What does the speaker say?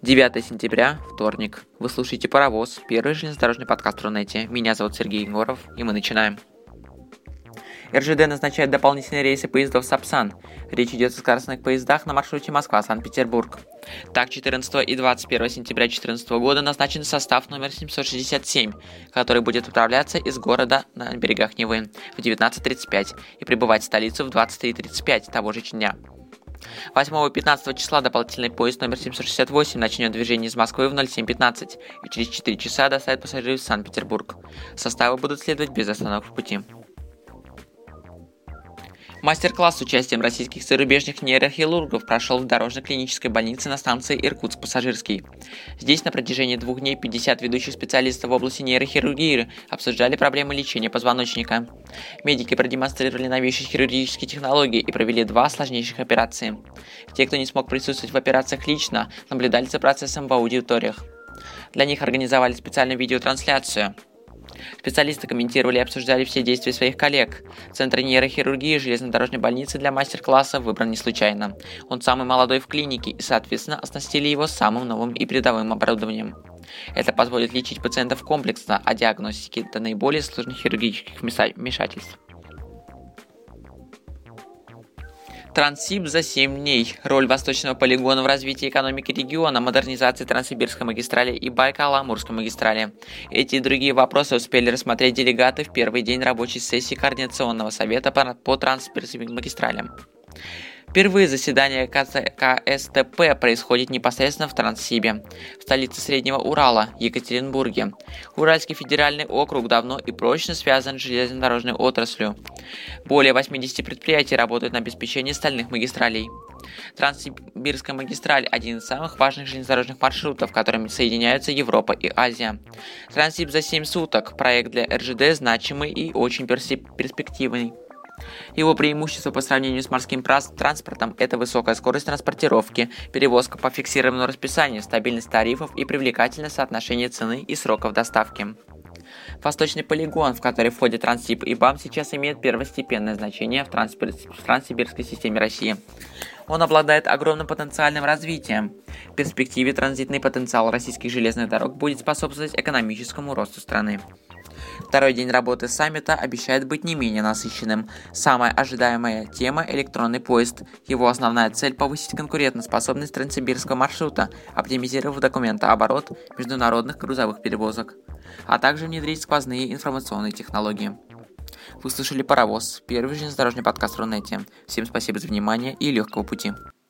9 сентября, вторник. Вы слушаете «Паровоз», первый железнодорожный подкаст в Рунете. Меня зовут Сергей Егоров, и мы начинаем. РЖД назначает дополнительные рейсы поездов Сапсан. Речь идет о скоростных поездах на маршруте Москва-Санкт-Петербург. Так, 14 и 21 сентября 2014 года назначен состав номер 767, который будет отправляться из города на берегах Невы в 19:35 и прибывать в столицу в 23:35 того же дня. 8 и 15 числа дополнительный поезд номер 768 начнет движение из Москвы в 07:15 и через 4 часа доставит пассажиров в Санкт-Петербург. Составы будут следовать без остановок в пути. Мастер-класс с участием российских и зарубежных нейрохирургов прошел в дорожно-клинической больнице на станции Иркутск-Пассажирский. Здесь на протяжении 2 дней 50 ведущих специалистов в области нейрохирургии обсуждали проблемы лечения позвоночника. Медики продемонстрировали новейшие хирургические технологии и провели 2 сложнейших операции. Те, кто не смог присутствовать в операциях лично, наблюдали за процессом в аудиториях. Для них организовали специальную видеотрансляцию. Специалисты комментировали и обсуждали все действия своих коллег. Центр нейрохирургии железнодорожной больницы для мастер-класса выбран не случайно. Он самый молодой в клинике и, соответственно, оснастили его самым новым и передовым оборудованием. Это позволит лечить пациентов комплексно, а диагностике до наиболее сложных хирургических вмешательств. Транссиб за 7 дней. Роль восточного полигона в развитии экономики региона, модернизации Транссибирской магистрали и Байкало-Амурской магистрали. Эти и другие вопросы успели рассмотреть делегаты в первый день рабочей сессии Координационного совета по Транссибирским магистралям. Впервые заседание КСТП происходит непосредственно в Транссибе, в столице Среднего Урала, Екатеринбурге. Уральский федеральный округ давно и прочно связан с железнодорожной отраслью. Более 80 предприятий работают на обеспечении стальных магистралей. Транссибирская магистраль – один из самых важных железнодорожных маршрутов, которыми соединяются Европа и Азия. Транссиб за 7 суток – проект для РЖД значимый и очень перспективный. Его преимущество по сравнению с морским транспортом – это высокая скорость транспортировки, перевозка по фиксированному расписанию, стабильность тарифов и привлекательное соотношение цены и сроков доставки. Восточный полигон, в который входят Транссиб и БАМ, сейчас имеет первостепенное значение в Транссибирской системе России. Он обладает огромным потенциальным развитием. В перспективе транзитный потенциал российских железных дорог будет способствовать экономическому росту страны. Второй день работы саммита обещает быть не менее насыщенным. Самая ожидаемая тема – электронный поезд. Его основная цель – повысить конкурентоспособность транссибирского маршрута, оптимизировав документооборот международных грузовых перевозок, а также внедрить сквозные информационные технологии. Вы слушали «Паровоз», первый железнодорожный подкаст в Рунете. Всем спасибо за внимание и легкого пути.